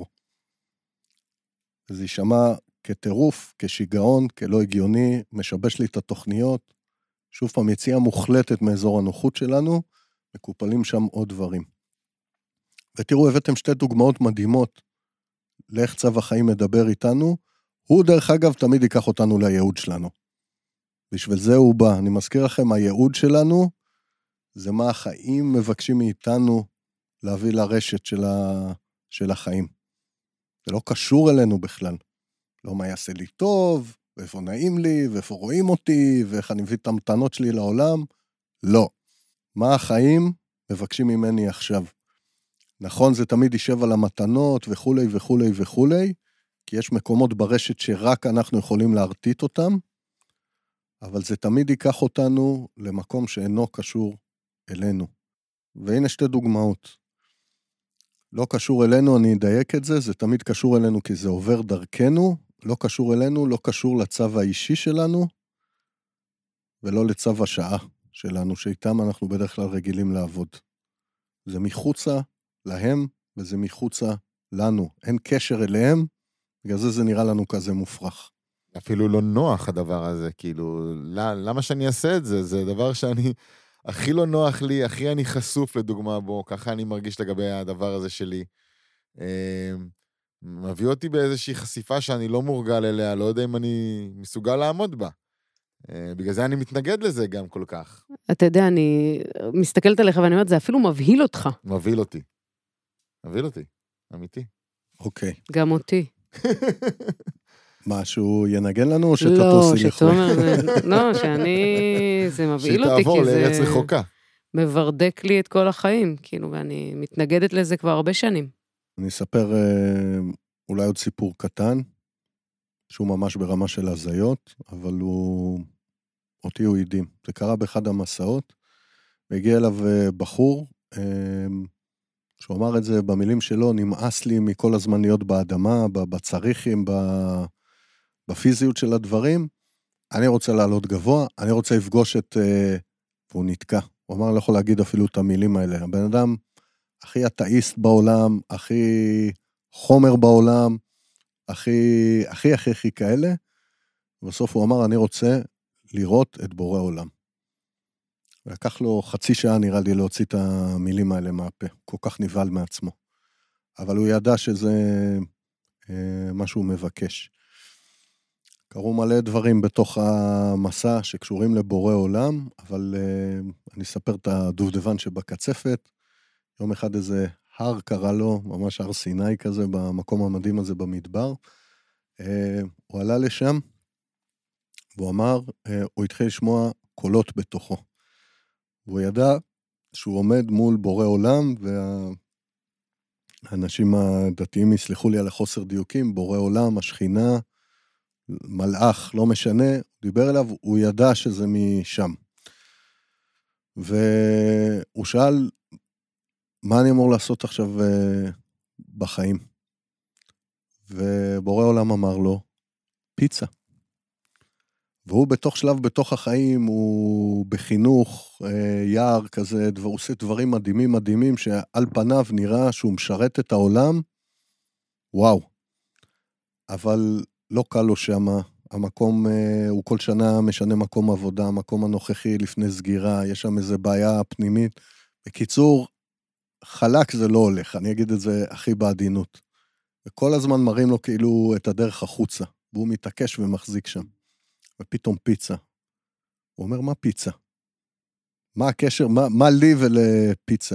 זה יישמע כטירוף, כשיגעון, כלא הגיוני, משבש לי את התוכניות. שוב פעם, יציאה מוחלטת מאזור הנוחות שלנו, מקופלים שם עוד דברים. ותראו, הבאתם שתי דוגמאות מדהימות לאיך צו החיים מדבר איתנו. הוא דרך אגב תמיד ייקח אותנו לייעוד שלנו. בשביל זה הוא בא. אני מזכיר לכם, הייעוד שלנו זה מה החיים מבקשים מאיתנו להביא לרשת של, ה... של החיים. זה לא קשור אלינו בכלל. לא מה יעשה לי טוב, ואיפה נעים לי, ואיפה רואים אותי, ואיך אני מביא את המתנות שלי לעולם. לא. מה החיים מבקשים ממני עכשיו? נכון, זה תמיד יישב על המתנות וכולי וכולי וכולי, כי יש מקומות ברשת שרק אנחנו יכולים להרתית אותם, אבל זה תמיד ייקח אותנו למקום שאינו קשור אלינו. והנה שתי דוגמאות. לא קשור אלינו, אני אדייק את זה, זה תמיד קשור אלינו כי זה עובר דרכנו, לא קשור אלינו, לא קשור לצו האישי שלנו, ולא לצו השעה שלנו, שאיתם אנחנו בדרך כלל רגילים לעבוד. זה מחוצה להם, וזה מחוצה לנו. אין קשר אליהם, בגלל זה זה נראה לנו כזה מופרך. אפילו לא נוח הדבר הזה, כאילו, למה שאני אעשה את זה? זה דבר שאני, הכי לא נוח לי, הכי אני חשוף לדוגמה בו, ככה אני מרגיש לגבי הדבר הזה שלי. מביא אותי באיזושהי חשיפה שאני לא מורגל אליה, לא יודע אם אני מסוגל לעמוד בה. בגלל זה אני מתנגד לזה גם כל כך. אתה יודע, אני מסתכלת עליך ואני אומרת, זה אפילו מבהיל אותך. מבהיל אותי. מבהיל אותי, אמיתי. אוקיי. גם אותי. משהו ינגן לנו, או שתטוסי לא, לחוי? לא, שאני, זה מבהיל אותי, שתעבור כי זה לארץ רחוקה. מברדק לי את כל החיים, כאילו, ואני מתנגדת לזה כבר הרבה שנים. אני אספר אולי עוד סיפור קטן, שהוא ממש ברמה של הזיות, אבל הוא, אותי הוא ידים. זה קרה באחד המסעות, והגיע אליו בחור, שהוא אמר את זה במילים שלו, נמאס לי מכל הזמן להיות באדמה, בצריכים, בפיזיות של הדברים, אני רוצה לעלות גבוה, אני רוצה לפגוש את, והוא נתקע. הוא אמר, לא יכול להגיד אפילו את המילים האלה. הבן אדם הכי אתאיסט בעולם, הכי חומר בעולם, הכי, הכי, הכי, הכי כאלה, ובסוף הוא אמר, אני רוצה לראות את בורא עולם. ולקח לו חצי שעה, נראה לי, להוציא את המילים האלה מהפה, כל כך נבהל מעצמו. אבל הוא ידע שזה אה, מה שהוא מבקש. קראו מלא דברים בתוך המסע שקשורים לבורא עולם, אבל אה, אני אספר את הדובדבן שבקצפת, יום אחד איזה הר קרא לו, ממש הר סיני כזה, במקום המדהים הזה במדבר, אה, הוא עלה לשם, והוא אמר, אה, הוא התחיל לשמוע קולות בתוכו, והוא ידע שהוא עומד מול בורא עולם, והאנשים הדתיים יסלחו לי על החוסר דיוקים, בורא עולם, השכינה, מלאך, לא משנה, הוא דיבר אליו, הוא ידע שזה משם. והוא שאל, מה אני אמור לעשות עכשיו בחיים? ובורא עולם אמר לו, פיצה. והוא בתוך שלב, בתוך החיים, הוא בחינוך, יער כזה, הוא עושה דברים מדהימים מדהימים, שעל פניו נראה שהוא משרת את העולם, וואו. אבל לא קל לו שמה, המקום, הוא כל שנה משנה מקום עבודה, המקום הנוכחי לפני סגירה, יש שם איזו בעיה פנימית. בקיצור, חלק זה לא הולך, אני אגיד את זה הכי בעדינות. וכל הזמן מראים לו כאילו את הדרך החוצה, והוא מתעקש ומחזיק שם. ופתאום פיצה. הוא אומר, מה פיצה? מה הקשר, מה, מה לי ולפיצה?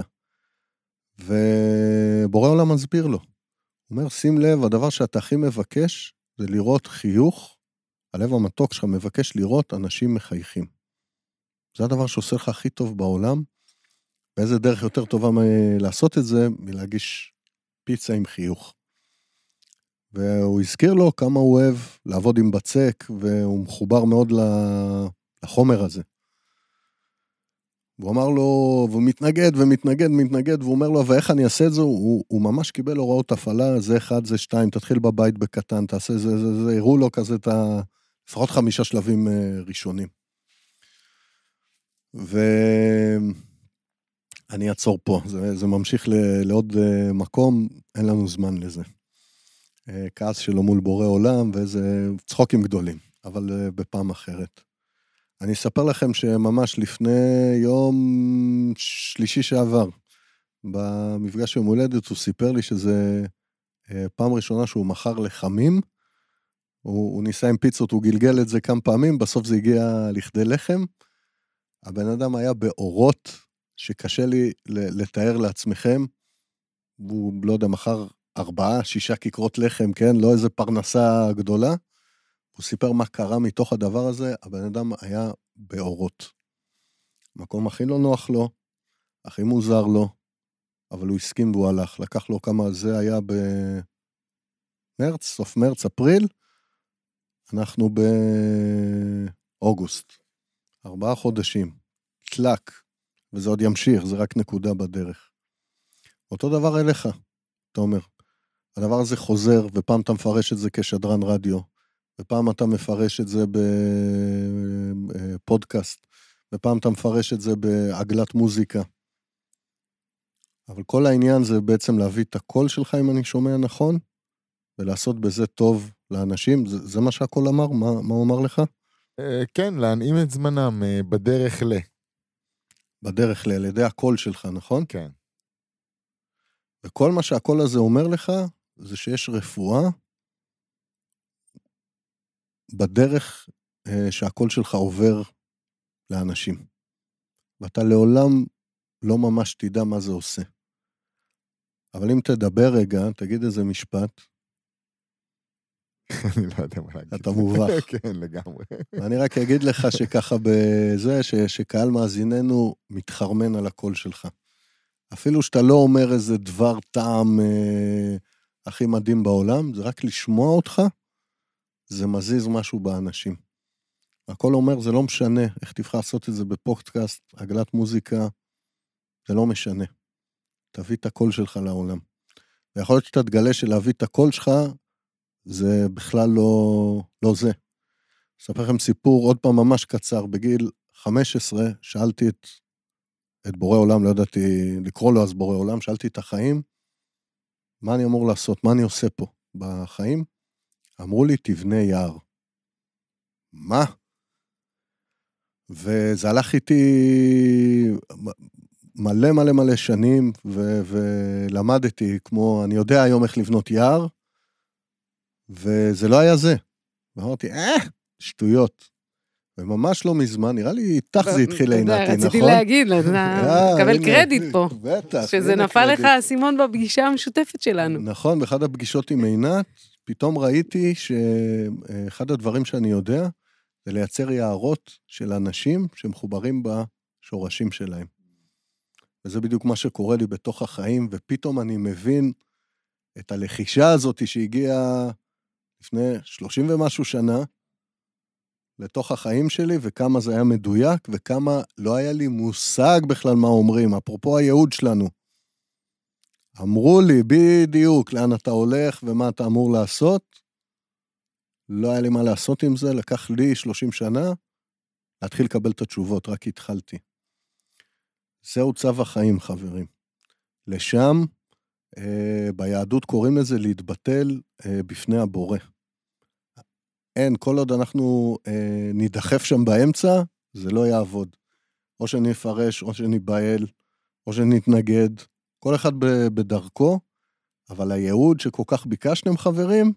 ובורא עולם מסביר לו. הוא אומר, שים לב, הדבר שאתה הכי מבקש, זה לראות חיוך, הלב המתוק שלך מבקש לראות אנשים מחייכים. זה הדבר שעושה לך הכי טוב בעולם, ואיזה דרך יותר טובה לעשות את זה, מלהגיש פיצה עם חיוך. והוא הזכיר לו כמה הוא אוהב לעבוד עם בצק, והוא מחובר מאוד לחומר הזה. והוא אמר לו, והוא מתנגד ומתנגד, מתנגד, והוא אומר לו, ואיך אני אעשה את זה? הוא, הוא ממש קיבל הוראות הפעלה, זה אחד, זה שתיים, תתחיל בבית בקטן, תעשה זה, זה, זה, הראו לו כזה את ה... לפחות חמישה שלבים ראשונים. ואני אעצור פה, זה, זה ממשיך לעוד מקום, אין לנו זמן לזה. כעס שלו מול בורא עולם, ואיזה צחוקים גדולים, אבל בפעם אחרת. אני אספר לכם שממש לפני יום שלישי שעבר, במפגש יום הולדת, הוא סיפר לי שזה פעם ראשונה שהוא מכר לחמים, הוא, הוא ניסה עם פיצות, הוא גלגל את זה כמה פעמים, בסוף זה הגיע לכדי לחם, הבן אדם היה באורות, שקשה לי לתאר לעצמכם, הוא לא יודע, מכר ארבעה, שישה כיכרות לחם, כן? לא איזה פרנסה גדולה, הוא סיפר מה קרה מתוך הדבר הזה, הבן אדם היה באורות. מקום הכי לא נוח לו, הכי מוזר לו, אבל הוא הסכים והוא הלך. לקח לו כמה, זה היה במרץ, סוף מרץ, אפריל, אנחנו באוגוסט. ארבעה חודשים, תלק, וזה עוד ימשיך, זה רק נקודה בדרך. אותו דבר אליך, אתה אומר. הדבר הזה חוזר, ופעם אתה מפרש את זה כשדרן רדיו, ופעם אתה מפרש את זה בפודקאסט, ופעם אתה מפרש את זה בעגלת מוזיקה. אבל כל העניין זה בעצם להביא את הקול שלך, אם אני שומע נכון, ולעשות בזה טוב לאנשים. זה, זה מה שהקול אמר? מה, מה הוא אמר לך? כן, להנעים את זמנם בדרך ל. בדרך ל, על ידי הקול שלך, נכון? כן. וכל מה שהקול הזה אומר לך, זה שיש רפואה בדרך שהקול שלך עובר לאנשים. ואתה לעולם לא ממש תדע מה זה עושה. אבל אם תדבר רגע, תגיד איזה משפט. אני לא יודע מה להגיד. אתה מובך. כן, לגמרי. ואני רק אגיד לך שככה בזה, ש, שקהל מאזיננו מתחרמן על הקול שלך. אפילו שאתה לא אומר איזה דבר טעם אה, הכי מדהים בעולם, זה רק לשמוע אותך, זה מזיז משהו באנשים. הכל אומר, זה לא משנה, איך תבחר לעשות את זה בפודקאסט, עגלת מוזיקה, זה לא משנה. תביא את הקול שלך לעולם. ויכול להיות שאתה תגלה שלהביא את הקול שלך, זה בכלל לא, לא זה. אספר לכם סיפור עוד פעם ממש קצר, בגיל חמש עשרה, שאלתי את, את בורא עולם, לא ידעתי לקרוא לו אז בורא עולם, שאלתי את החיים, מה אני אמור לעשות, מה אני עושה פה בחיים? אמרו לי, תבנה יער. מה? וזה הלך איתי מלא מלא מלא שנים, ו- ולמדתי כמו, אני יודע היום איך לבנות יער, וזה לא היה זה. ואמרתי, אה, שטויות. וממש לא מזמן, נראה לי איתך זה התחיל לעינתי, נכון? רציתי להגיד, תקבל קרדיט פה. בטח. שזה נפל לך הסימון בפגישה המשותפת שלנו. נכון, באחד הפגישות עם עינת, פתאום ראיתי שאחד הדברים שאני יודע, זה לייצר יערות של אנשים שמחוברים בשורשים שלהם. וזה בדיוק מה שקורה לי בתוך החיים, ופתאום אני מבין את הלחישה הזאת שהגיעה לפני שלושים ומשהו שנה, לתוך החיים שלי, וכמה זה היה מדויק, וכמה לא היה לי מושג בכלל מה אומרים, אפרופו הייעוד שלנו. אמרו לי בדיוק לאן אתה הולך ומה אתה אמור לעשות, לא היה לי מה לעשות עם זה, לקח לי שלושים שנה, להתחיל לקבל את התשובות, רק התחלתי. זהו צו החיים, חברים. לשם, אה, ביהדות קוראים לזה להתבטל אה, בפני הבורא. אין, כל עוד אנחנו אה, נדחף שם באמצע, זה לא יעבוד. או שנפרש, או שניבהל, או שנתנגד, כל אחד בדרכו, אבל הייעוד שכל כך ביקשתם, חברים,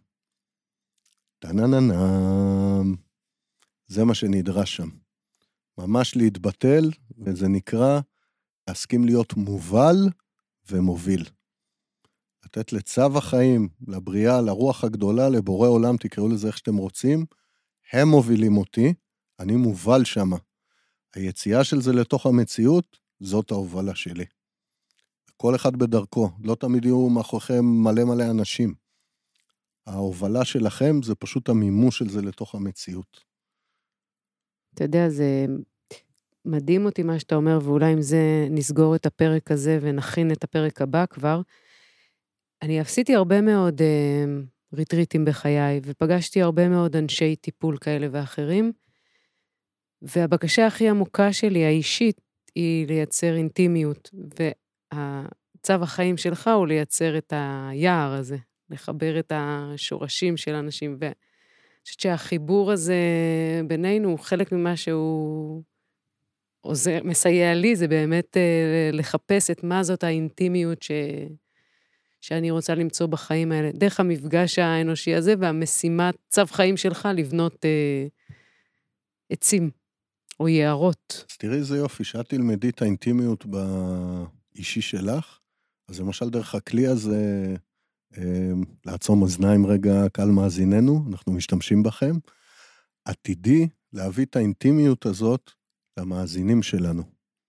טנננם, זה מה שנדרש שם. ממש להתבטל, וזה נקרא להסכים להיות מובל ומוביל. לתת לצו החיים, לבריאה, לרוח הגדולה, לבורא עולם, תקראו לזה איך שאתם רוצים, הם מובילים אותי, אני מובל שם. היציאה של זה לתוך המציאות, זאת ההובלה שלי. כל אחד בדרכו, לא תמיד יהיו מאחוריכם מלא מלא אנשים. ההובלה שלכם זה פשוט המימוש של זה לתוך המציאות. אתה יודע, זה מדהים אותי מה שאתה אומר, ואולי עם זה נסגור את הפרק הזה ונכין את הפרק הבא כבר. אני עשיתי הרבה מאוד אה, ריטריטים בחיי, ופגשתי הרבה מאוד אנשי טיפול כאלה ואחרים, והבקשה הכי עמוקה שלי, האישית, היא לייצר אינטימיות, והצו החיים שלך הוא לייצר את היער הזה, לחבר את השורשים של אנשים, ואני חושבת שהחיבור הזה בינינו הוא חלק ממה שהוא עוזר, מסייע לי, זה באמת אה, לחפש את מה זאת האינטימיות ש... שאני רוצה למצוא בחיים האלה, דרך המפגש האנושי הזה, והמשימת צו חיים שלך לבנות אה, עצים, או יערות. אז תראי איזה יופי, שאת תלמדי את האינטימיות באישי שלך, אז למשל דרך הכלי הזה, אה, לעצום אוזניים רגע, קהל מאזיננו, אנחנו משתמשים בכם, עתידי להביא את האינטימיות הזאת למאזינים שלנו.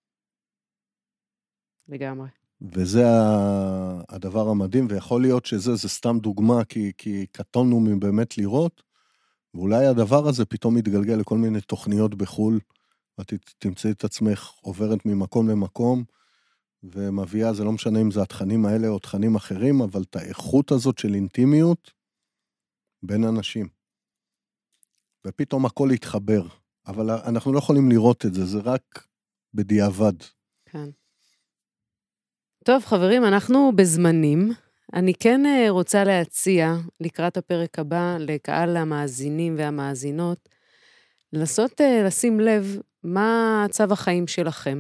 לגמרי. וזה הדבר המדהים, ויכול להיות שזה זה סתם דוגמה, כי, כי קטונו מבאמת לראות, ואולי הדבר הזה פתאום מתגלגל לכל מיני תוכניות בחול, ואת תמצאי את עצמך עוברת ממקום למקום, ומביאה, זה לא משנה אם זה התכנים האלה או תכנים אחרים, אבל את האיכות הזאת של אינטימיות בין אנשים. ופתאום הכל יתחבר, אבל אנחנו לא יכולים לראות את זה, זה רק בדיעבד. כן. טוב, חברים, אנחנו בזמנים. אני כן רוצה להציע, לקראת הפרק הבא, לקהל המאזינים והמאזינות, לנסות לשים לב מה צו החיים שלכם,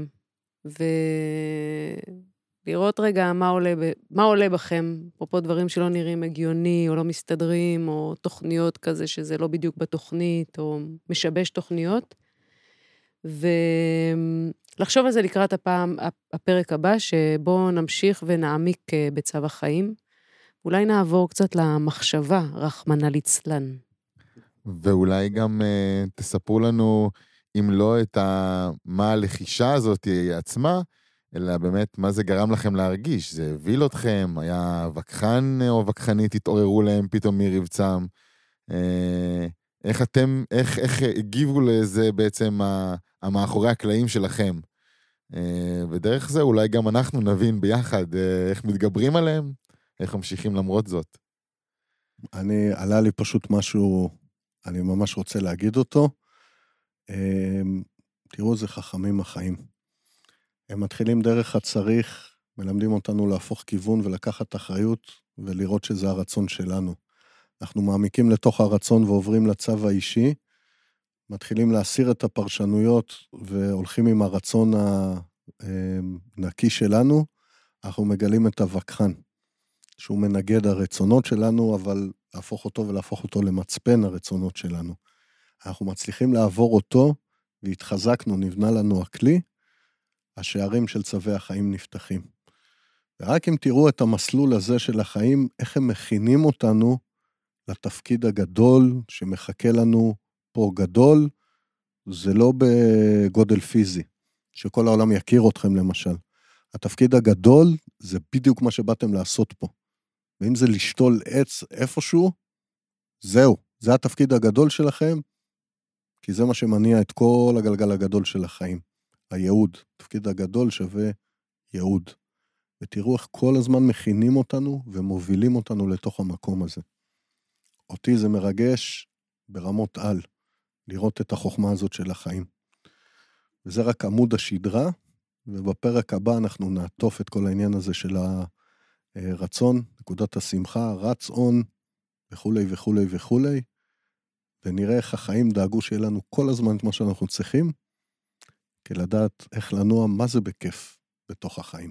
ולראות רגע מה עולה, מה עולה בכם, אפרופו דברים שלא נראים הגיוני, או לא מסתדרים, או תוכניות כזה שזה לא בדיוק בתוכנית, או משבש תוכניות, ולחשוב על זה לקראת הפעם, הפרק הבא, שבו נמשיך ונעמיק בצו החיים. אולי נעבור קצת למחשבה, רחמנא ליצלן. ואולי גם uh, תספרו לנו, אם לא את ה... מה הלחישה הזאת עצמה, אלא באמת מה זה גרם לכם להרגיש. זה הביל אתכם, היה וכחן או וכחנית, התעוררו להם פתאום מרבצם. Uh, איך אתם, איך, איך הגיבו לזה בעצם המאחורי הקלעים שלכם? Uh, ודרך זה אולי גם אנחנו נבין ביחד uh, איך מתגברים עליהם, איך ממשיכים למרות זאת. אני, עלה לי פשוט משהו, אני ממש רוצה להגיד אותו. תראו, זה חכמים החיים. הם מתחילים דרך הצריך, מלמדים אותנו להפוך כיוון ולקחת אחריות, ולראות שזה הרצון שלנו. אנחנו מעמיקים לתוך הרצון ועוברים לצו האישי, מתחילים להסיר את הפרשנויות, והולכים עם הרצון הנקי שלנו, אנחנו מגלים את הווכחן, שהוא מנגד הרצונות שלנו, אבל להפוך אותו ולהפוך אותו למצפן הרצונות שלנו. אנחנו מצליחים לעבור אותו, והתחזקנו, נבנה לנו הכלי, השערים של צווי החיים נפתחים. ורק אם תראו את המסלול הזה של החיים, איך הם מכינים אותנו לתפקיד הגדול שמחכה לנו פה גדול, זה לא בגודל פיזי, שכל העולם יכיר אתכם למשל. התפקיד הגדול זה בדיוק מה שבאתם לעשות פה. ואם זה לשתול עץ איפשהו, זהו, זה התפקיד הגדול שלכם, כי זה מה שמניע את כל הגלגל הגדול של החיים. הייעוד, תפקיד הגדול שווה ייעוד. ותראו איך כל הזמן מכינים אותנו ומובילים אותנו לתוך המקום הזה. אותי זה מרגש ברמות על, לראות את החוכמה הזאת של החיים. וזה רק עמוד השדרה, ובפרק הבא אנחנו נעטוף את כל העניין הזה של הרצון, נקודת השמחה, רצון, וכולי וכולי וכולי, ונראה איך החיים דאגו שיהיה לנו כל הזמן את מה שאנחנו צריכים, כי לדעת איך לנוע, מה זה בכיף בתוך החיים.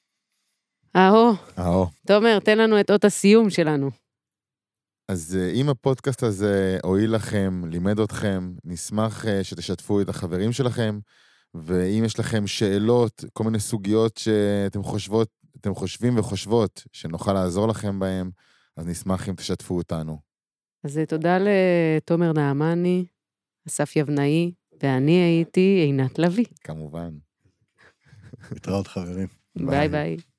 אהו, אהו. תומר, תן לנו את אות הסיום שלנו. אז אם הפודקאסט הזה הועיל לכם, לימד אתכם, נשמח שתשתפו את החברים שלכם, ואם יש לכם שאלות, כל מיני סוגיות שאתם חושבות, אתם חושבים וחושבות שנוכל לעזור לכם בהם, אז נשמח אם תשתפו אותנו. אז תודה לתומר נעמני, אסף יבנאי, ואני הייתי עינת לוי. כמובן. התראות חברים. ביי ביי.